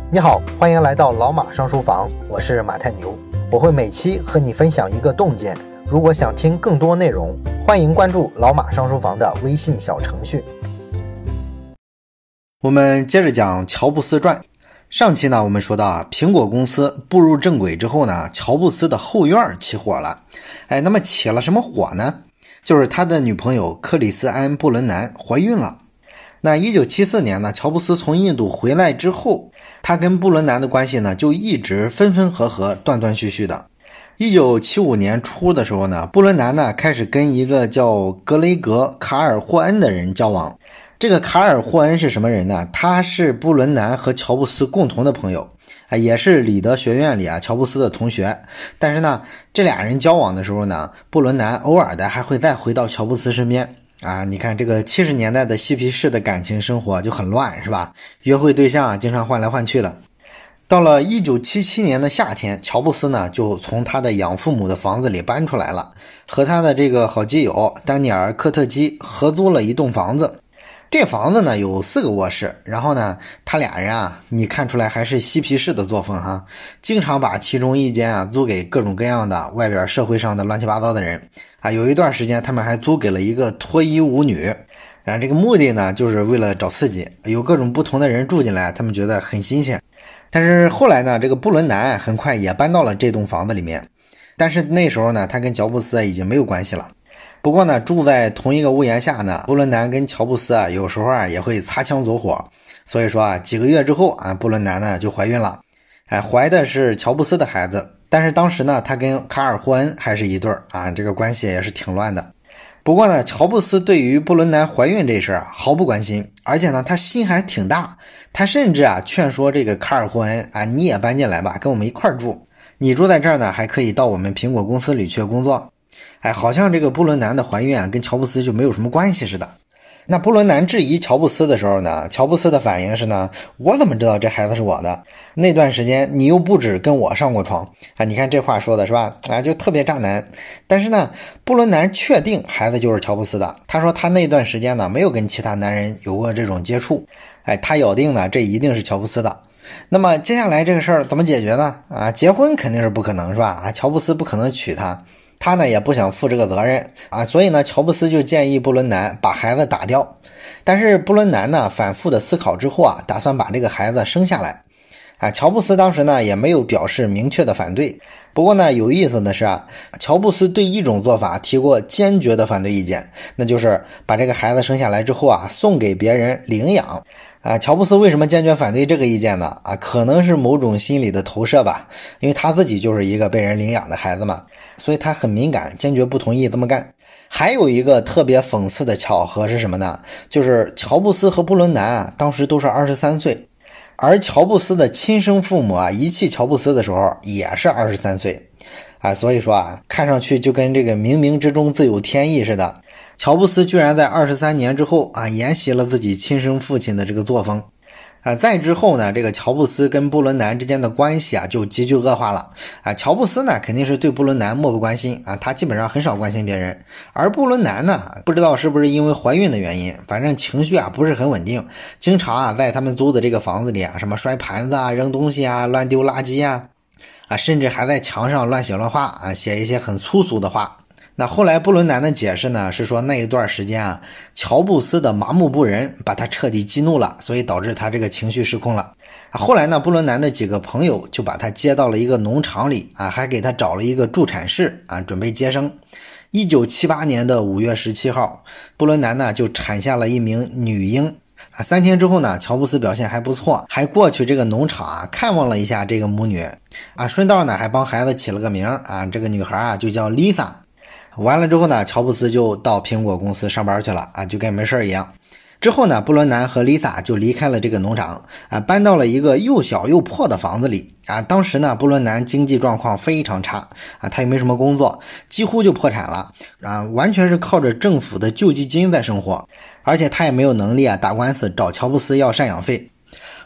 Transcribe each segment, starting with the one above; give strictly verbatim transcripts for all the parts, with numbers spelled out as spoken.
你好，欢迎来到老马上书房，我是马太牛，我会每期和你分享一个洞见。如果想听更多内容，欢迎关注老马上书房的微信小程序。我们接着讲乔布斯传。上期呢，我们说到啊，苹果公司步入正轨之后呢，乔布斯的后院起火了。哎，那么起了什么火呢？就是他的女朋友克里斯安·布伦南怀孕了。那一九七四年呢，乔布斯从印度回来之后，他跟布伦南的关系呢就一直分分合合，断断续续的。一九七五年初的时候呢，布伦南呢开始跟一个叫格雷格·卡尔霍恩的人交往。这个卡尔霍恩是什么人呢？他是布伦南和乔布斯共同的朋友，也是里德学院里啊乔布斯的同学。但是呢，这俩人交往的时候呢，布伦南偶尔的还会再回到乔布斯身边。啊，你看这个七十年代的嬉皮士的感情生活就很乱，是吧？约会对象啊，经常换来换去的。到了一九七七年的夏天，乔布斯呢就从他的养父母的房子里搬出来了，和他的这个好基友丹尼尔·科特基合租了一栋房子。这房子呢有四个卧室，然后呢，他俩人啊，你看出来还是嬉皮士的作风哈，经常把其中一间啊租给各种各样的外边社会上的乱七八糟的人啊。有一段时间，他们还租给了一个脱衣舞女，然后这个目的呢，就是为了找刺激，有各种不同的人住进来，他们觉得很新鲜。但是后来呢，这个布伦南很快也搬到了这栋房子里面，但是那时候呢，他跟乔布斯已经没有关系了。不过呢，住在同一个屋檐下呢，布伦南跟乔布斯啊，有时候啊也会擦枪走火。所以说啊，几个月之后啊，布伦南呢就怀孕了，哎，怀的是乔布斯的孩子。但是当时呢，他跟卡尔霍恩还是一对儿啊，这个关系也是挺乱的。不过呢，乔布斯对于布伦南怀孕这事儿啊毫不关心，而且呢，他心还挺大，他甚至啊劝说这个卡尔霍恩啊，你也搬进来吧，跟我们一块儿住，你住在这儿呢，还可以到我们苹果公司里去工作。哎，好像这个布伦南的怀孕啊，跟乔布斯就没有什么关系似的。那布伦南质疑乔布斯的时候呢，乔布斯的反应是呢，我怎么知道这孩子是我的？那段时间你又不止跟我上过床啊！你看这话说的是吧？啊，就特别渣男。但是呢，布伦南确定孩子就是乔布斯的。他说他那段时间呢，没有跟其他男人有过这种接触。哎，他咬定呢，这一定是乔布斯的。那么接下来这个事儿怎么解决呢？啊，结婚肯定是不可能，是吧？啊，乔布斯不可能娶她。他呢也不想负这个责任啊，所以呢，乔布斯就建议布伦南把孩子打掉。但是布伦南呢反复的思考之后啊，打算把这个孩子生下来。啊，乔布斯当时呢也没有表示明确的反对。不过呢，有意思的是啊，乔布斯对一种做法提过坚决的反对意见，那就是把这个孩子生下来之后啊，送给别人领养。啊，乔布斯为什么坚决反对这个意见呢？啊，可能是某种心理的投射吧，因为他自己就是一个被人领养的孩子嘛，所以他很敏感，坚决不同意这么干。还有一个特别讽刺的巧合是什么呢？就是乔布斯和布伦南啊，当时都是二十三岁，而乔布斯的亲生父母啊，遗弃乔布斯的时候也是二十三岁。啊，所以说啊，看上去就跟这个冥冥之中自有天意似的。乔布斯居然在二十三年之后啊，沿袭了自己亲生父亲的这个作风。啊，再之后呢，这个乔布斯跟布伦南之间的关系啊，就急剧恶化了。啊，乔布斯呢，肯定是对布伦南漠不关心啊，他基本上很少关心别人。而布伦南呢，不知道是不是因为怀孕的原因，反正情绪啊不是很稳定，经常啊在他们租的这个房子里啊，什么摔盘子啊、扔东西啊、乱丢垃圾啊，啊，甚至还在墙上乱写乱画啊，写一些很粗俗的话。那后来布伦南的解释呢，是说那一段时间啊，乔布斯的麻木不仁把他彻底激怒了，所以导致他这个情绪失控了。啊，后来呢，布伦南的几个朋友就把他接到了一个农场里啊，还给他找了一个助产士啊，准备接生。一九七八年的五月十七号，布伦南呢就产下了一名女婴。啊，三天之后呢，乔布斯表现还不错，还过去这个农场啊看望了一下这个母女啊，顺道呢还帮孩子起了个名啊，这个女孩啊就叫 Lisa。完了之后呢，乔布斯就到苹果公司上班去了啊，就跟没事一样。之后呢，布伦南和 Lisa 就离开了这个农场啊，搬到了一个又小又破的房子里啊。当时呢，布伦南经济状况非常差啊，他也没什么工作，几乎就破产了啊，完全是靠着政府的救济金在生活，而且他也没有能力啊打官司找乔布斯要赡养费。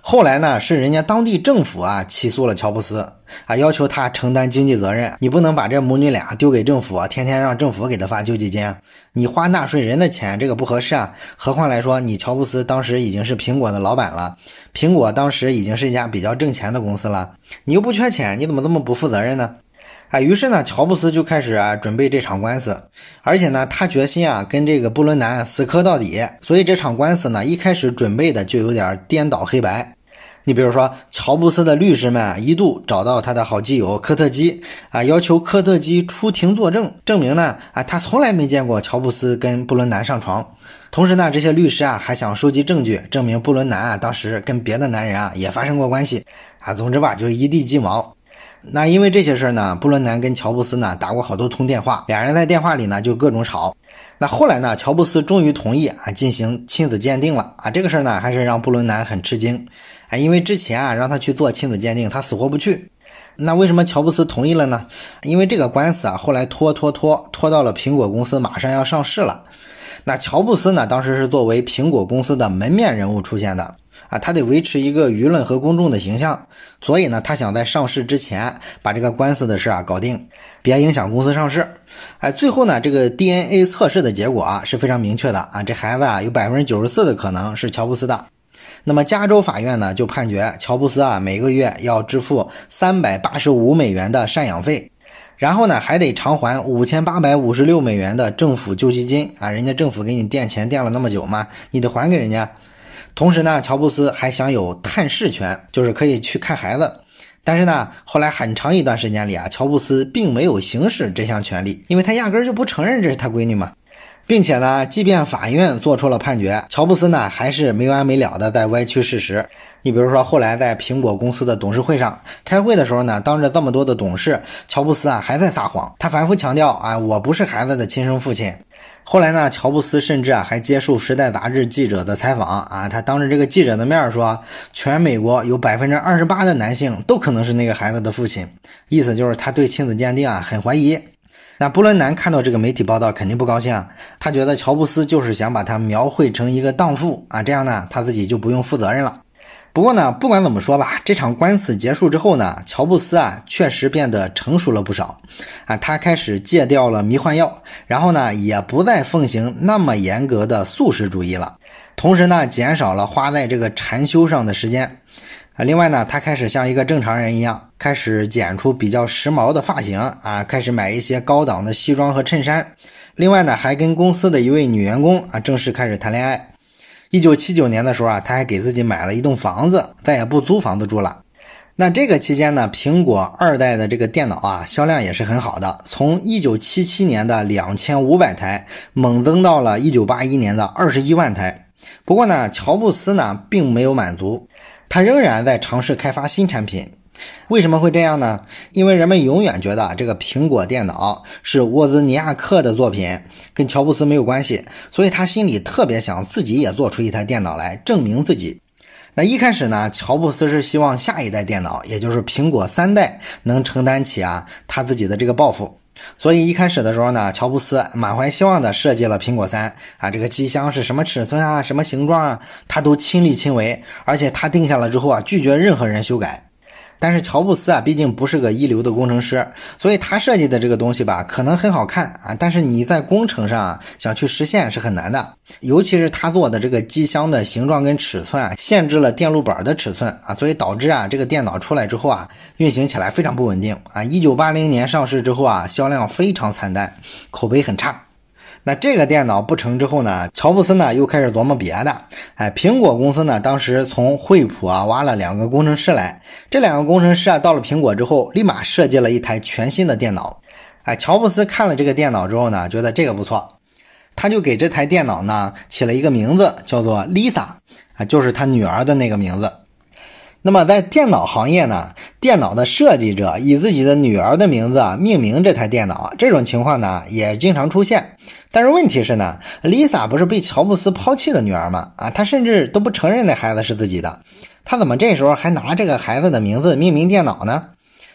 后来呢，是人家当地政府啊起诉了乔布斯啊，要求他承担经济责任。你不能把这母女俩丢给政府啊，天天让政府给他发救济金，你花纳税人的钱，这个不合适啊。何况来说，你乔布斯当时已经是苹果的老板了，苹果当时已经是一家比较挣钱的公司了，你又不缺钱，你怎么这么不负责任呢？啊，于是呢，乔布斯就开始啊准备这场官司，而且呢，他决心啊跟这个布伦南死磕到底。所以这场官司呢，一开始准备的就有点颠倒黑白。你比如说，乔布斯的律师们一度找到他的好基友科特基啊，要求科特基出庭作证，证明呢啊他从来没见过乔布斯跟布伦南上床。同时呢，这些律师啊还想收集证据，证明布伦南啊当时跟别的男人啊也发生过关系啊。总之吧，就一地鸡毛。那因为这些事呢，布伦南跟乔布斯呢打过好多通电话，俩人在电话里呢就各种吵。那后来呢，乔布斯终于同意啊进行亲子鉴定了啊。这个事呢还是让布伦南很吃惊啊，因为之前啊让他去做亲子鉴定，他死活不去。那为什么乔布斯同意了呢？因为这个官司啊后来拖拖拖拖到了苹果公司马上要上市了。那乔布斯呢当时是作为苹果公司的门面人物出现的啊，他得维持一个舆论和公众的形象，所以呢，他想在上市之前把这个官司的事啊搞定，别影响公司上市。哎，最后呢，这个 D N A 测试的结果啊是非常明确的啊，这孩子啊有 百分之九十四 的可能是乔布斯的。那么加州法院呢就判决乔布斯啊每个月要支付三百八十五美元的赡养费，然后呢还得偿还五千八百五十六美元的政府救济金啊，人家政府给你垫钱垫了那么久嘛，你得还给人家。同时呢，乔布斯还享有探视权，就是可以去看孩子。但是呢，后来很长一段时间里啊，乔布斯并没有行使这项权利，因为他压根儿就不承认这是他闺女嘛。并且呢，即便法院做出了判决，乔布斯呢还是没完没了的在歪曲事实。你比如说，后来在苹果公司的董事会上开会的时候呢，当着这么多的董事，乔布斯啊还在撒谎，他反复强调啊，我不是孩子的亲生父亲。后来呢，乔布斯甚至啊还接受《时代》杂志记者的采访啊，他当着这个记者的面说，全美国有 百分之二十八 的男性都可能是那个孩子的父亲，意思就是他对亲子鉴定啊很怀疑。那布伦南看到这个媒体报道肯定不高兴，他觉得乔布斯就是想把他描绘成一个荡妇啊，这样呢他自己就不用负责任了。不过呢，不管怎么说吧，这场官司结束之后呢，乔布斯啊确实变得成熟了不少啊，他开始戒掉了迷幻药，然后呢也不再奉行那么严格的素食主义了，同时呢减少了花在这个禅修上的时间啊。另外呢，他开始像一个正常人一样，开始剪出比较时髦的发型啊，开始买一些高档的西装和衬衫。另外呢，还跟公司的一位女员工啊正式开始谈恋爱。一九七九年的时候啊，他还给自己买了一栋房子，再也不租房子住了。那这个期间呢，苹果二代的这个电脑啊，销量也是很好的，从一九七七年的两千五百台猛增到了一九八一年的二十一万台。不过呢，乔布斯呢并没有满足，他仍然在尝试开发新产品。为什么会这样呢？因为人们永远觉得这个苹果电脑是沃兹尼亚克的作品，跟乔布斯没有关系，所以他心里特别想自己也做出一台电脑来证明自己。那一开始呢，乔布斯是希望下一代电脑，也就是苹果三代能承担起啊他自己的这个抱负。所以一开始的时候呢，乔布斯满怀希望的设计了苹果三啊，这个机箱是什么尺寸啊，什么形状啊，他都亲力亲为，而且他定下了之后啊，拒绝任何人修改。但是乔布斯啊，毕竟不是个一流的工程师，所以他设计的这个东西吧，可能很好看啊，但是你在工程上啊，想去实现是很难的。尤其是他做的这个机箱的形状跟尺寸啊，限制了电路板的尺寸啊，所以导致啊，这个电脑出来之后啊，运行起来非常不稳定啊。一九八零年上市之后啊，销量非常惨淡，口碑很差。那这个电脑不成之后呢，乔布斯呢又开始琢磨别的。哎，苹果公司呢当时从惠普啊挖了两个工程师来，这两个工程师啊到了苹果之后，立马设计了一台全新的电脑。哎，乔布斯看了这个电脑之后呢，觉得这个不错，他就给这台电脑呢起了一个名字，叫做 Lisa 啊，就是他女儿的那个名字。那么在电脑行业呢，电脑的设计者以自己的女儿的名字啊命名这台电脑，这种情况呢也经常出现。但是问题是呢 ，Lisa 不是被乔布斯抛弃的女儿吗？啊，他甚至都不承认那孩子是自己的，他怎么这时候还拿这个孩子的名字命名电脑呢？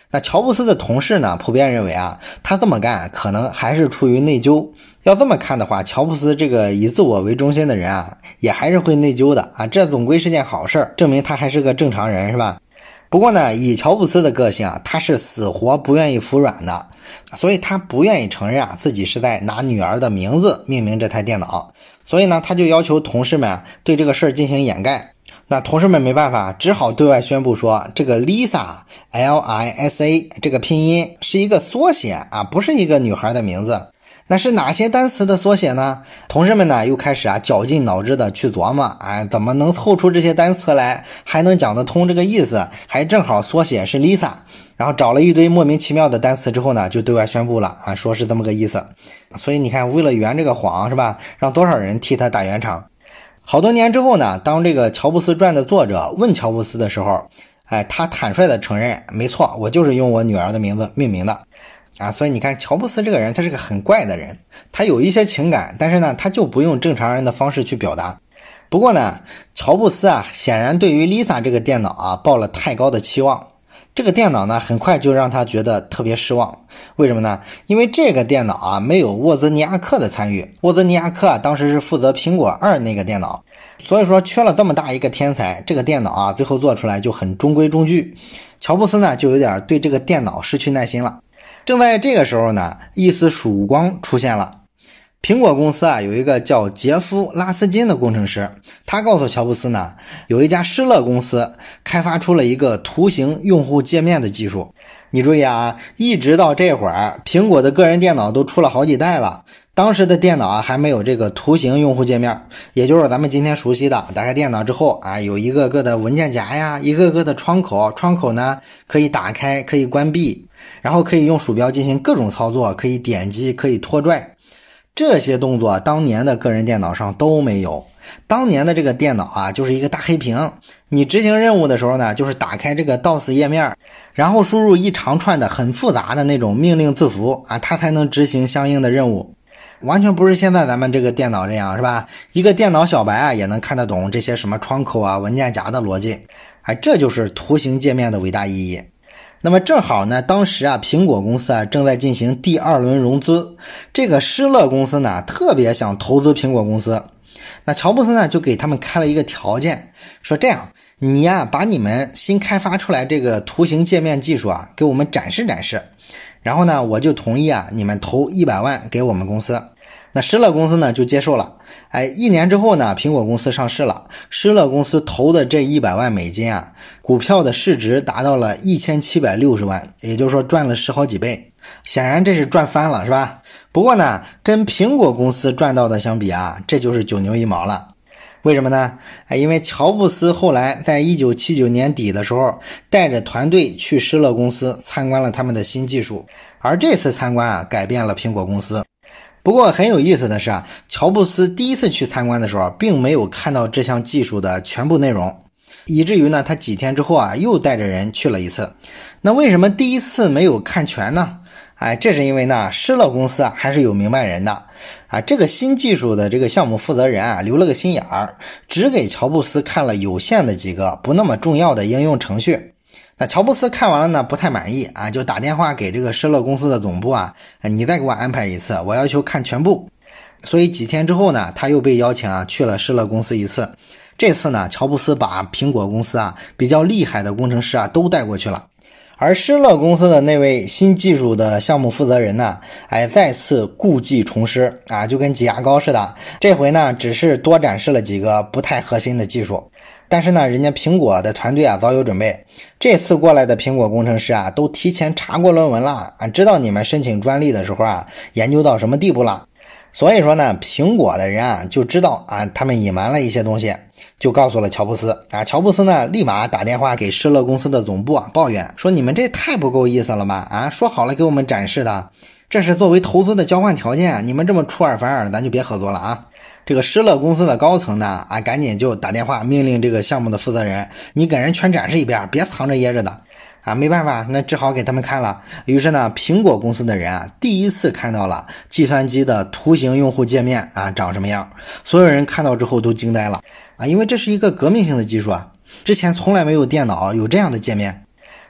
那乔布斯的同事呢，普遍认为啊，他这么干可能还是出于内疚。要这么看的话，乔布斯这个以自我为中心的人啊，也还是会内疚的啊，这总归是件好事，证明他还是个正常人，是吧？不过呢，以乔布斯的个性啊，他是死活不愿意服软的，所以他不愿意承认啊自己是在拿女儿的名字命名这台电脑，所以呢，他就要求同事们对这个事儿进行掩盖。那同事们没办法，只好对外宣布说，这个 Lisa L I S A 这个拼音是一个缩写啊，不是一个女孩的名字。那是哪些单词的缩写呢？同事们呢又开始啊绞尽脑汁的去琢磨，哎，怎么能凑出这些单词来，还能讲得通这个意思，还正好缩写是 Lisa。然后找了一堆莫名其妙的单词之后呢，就对外宣布了啊，说是这么个意思。所以你看，为了圆这个谎是吧，让多少人替他打圆场。好多年之后呢，当这个乔布斯传的作者问乔布斯的时候，哎，他坦率的承认，没错，我就是用我女儿的名字命名的啊。所以你看，乔布斯这个人他是个很怪的人，他有一些情感，但是呢他就不用正常人的方式去表达。不过呢，乔布斯啊显然对于 Lisa 这个电脑啊抱了太高的期望，这个电脑呢很快就让他觉得特别失望。为什么呢？因为这个电脑啊没有沃兹尼亚克的参与，沃兹尼亚克啊当时是负责苹果二那个电脑，所以说缺了这么大一个天才，这个电脑啊最后做出来就很中规中矩。乔布斯呢就有点对这个电脑失去耐心了。正在这个时候呢，一丝曙光出现了。苹果公司啊有一个叫杰夫拉斯金的工程师，他告诉乔布斯呢，有一家施乐公司开发出了一个图形用户界面的技术。你注意啊，一直到这会儿，苹果的个人电脑都出了好几代了，当时的电脑啊还没有这个图形用户界面，也就是咱们今天熟悉的，打开电脑之后啊，有一个个的文件夹呀，一个个的窗口，窗口呢可以打开，可以关闭，然后可以用鼠标进行各种操作，可以点击，可以拖拽。这些动作当年的个人电脑上都没有。当年的这个电脑啊就是一个大黑屏，你执行任务的时候呢，就是打开这个 D O S 页面，然后输入一长串的很复杂的那种命令字符啊，它才能执行相应的任务。完全不是现在咱们这个电脑这样，是吧？一个电脑小白啊也能看得懂这些什么窗口啊、文件夹的逻辑。哎，这就是图形界面的伟大意义。那么正好呢，当时啊，苹果公司啊正在进行第二轮融资，这个施乐公司呢特别想投资苹果公司。那乔布斯呢就给他们开了一个条件，说这样，你呀把你们新开发出来这个图形界面技术啊给我们展示展示，然后呢我就同意啊你们投一百万给我们公司。那施乐公司呢就接受了。哎，一年之后呢，苹果公司上市了，施乐公司投的这一百万美金啊，股票的市值达到了一千七百六十万，也就是说赚了十好几倍。显然这是赚翻了，是吧？不过呢，跟苹果公司赚到的相比啊，这就是九牛一毛了。为什么呢？哎，因为乔布斯后来在一九七九年底的时候，带着团队去施乐公司参观了他们的新技术，而这次参观啊，改变了苹果公司。不过很有意思的是啊，乔布斯第一次去参观的时候，并没有看到这项技术的全部内容，以至于呢，他几天之后啊，又带着人去了一次。那为什么第一次没有看全呢？哎，这是因为呢，施乐公司啊还是有明白人的啊。这个新技术的这个项目负责人啊，留了个心眼儿，只给乔布斯看了有限的几个不那么重要的应用程序。那乔布斯看完了呢，不太满意啊，就打电话给这个施乐公司的总部啊，你再给我安排一次，我要求看全部。所以几天之后呢，他又被邀请啊去了施乐公司一次。这次呢，乔布斯把苹果公司啊比较厉害的工程师啊都带过去了。而施乐公司的那位新技术的项目负责人呢，哎，再次故技重施啊，就跟挤牙膏似的。这回呢，只是多展示了几个不太核心的技术。但是呢，人家苹果的团队啊早有准备，这次过来的苹果工程师啊都提前查过论文了啊，知道你们申请专利的时候啊研究到什么地步了。所以说呢，苹果的人啊就知道啊他们隐瞒了一些东西，就告诉了乔布斯啊。乔布斯呢立马打电话给施乐公司的总部啊抱怨说，你们这太不够意思了吧啊，说好了给我们展示的，这是作为投资的交换条件，你们这么出尔反尔，咱就别合作了啊。这个施乐公司的高层呢啊，赶紧就打电话命令这个项目的负责人，你给人全展示一遍，别藏着掖着的啊。没办法，那只好给他们看了。于是呢，苹果公司的人啊第一次看到了计算机的图形用户界面啊长什么样。所有人看到之后都惊呆了啊，因为这是一个革命性的技术啊，之前从来没有电脑有这样的界面。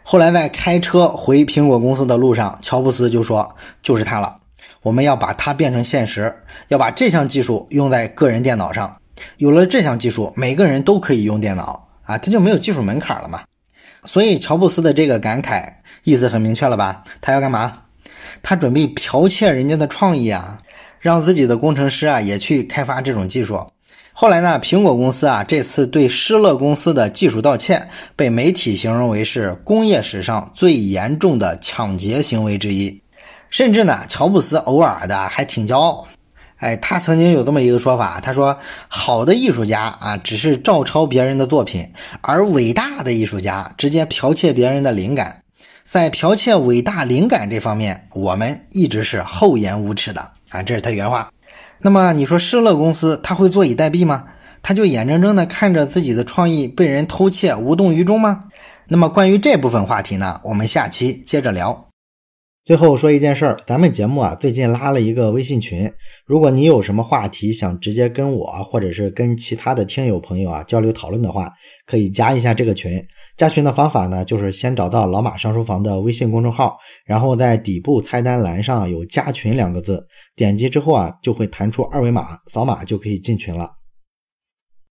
后来在开车回苹果公司的路上，乔布斯就说就是他了，我们要把它变成现实，要把这项技术用在个人电脑上。有了这项技术，每个人都可以用电脑啊，这就没有技术门槛了嘛。所以乔布斯的这个感慨意思很明确了吧？他要干嘛？他准备剽窃人家的创意啊，让自己的工程师啊也去开发这种技术。后来呢，苹果公司啊这次对施乐公司的技术盗窃被媒体形容为是工业史上最严重的抢劫行为之一。甚至呢，乔布斯偶尔的还挺骄傲。哎，他曾经有这么一个说法，他说好的艺术家啊只是照抄别人的作品，而伟大的艺术家直接剽窃别人的灵感。在剽窃伟大灵感这方面，我们一直是厚颜无耻的啊，这是他原话。那么你说施乐公司他会坐以待毙吗？他就眼睁睁的看着自己的创意被人偷窃无动于衷吗？那么关于这部分话题呢，我们下期接着聊。最后说一件事儿，咱们节目啊最近拉了一个微信群，如果你有什么话题想直接跟我或者是跟其他的听友朋友啊交流讨论的话，可以加一下这个群。加群的方法呢，就是先找到老马上书房的微信公众号，然后在底部菜单栏上有加群两个字，点击之后啊就会弹出二维码，扫码就可以进群了。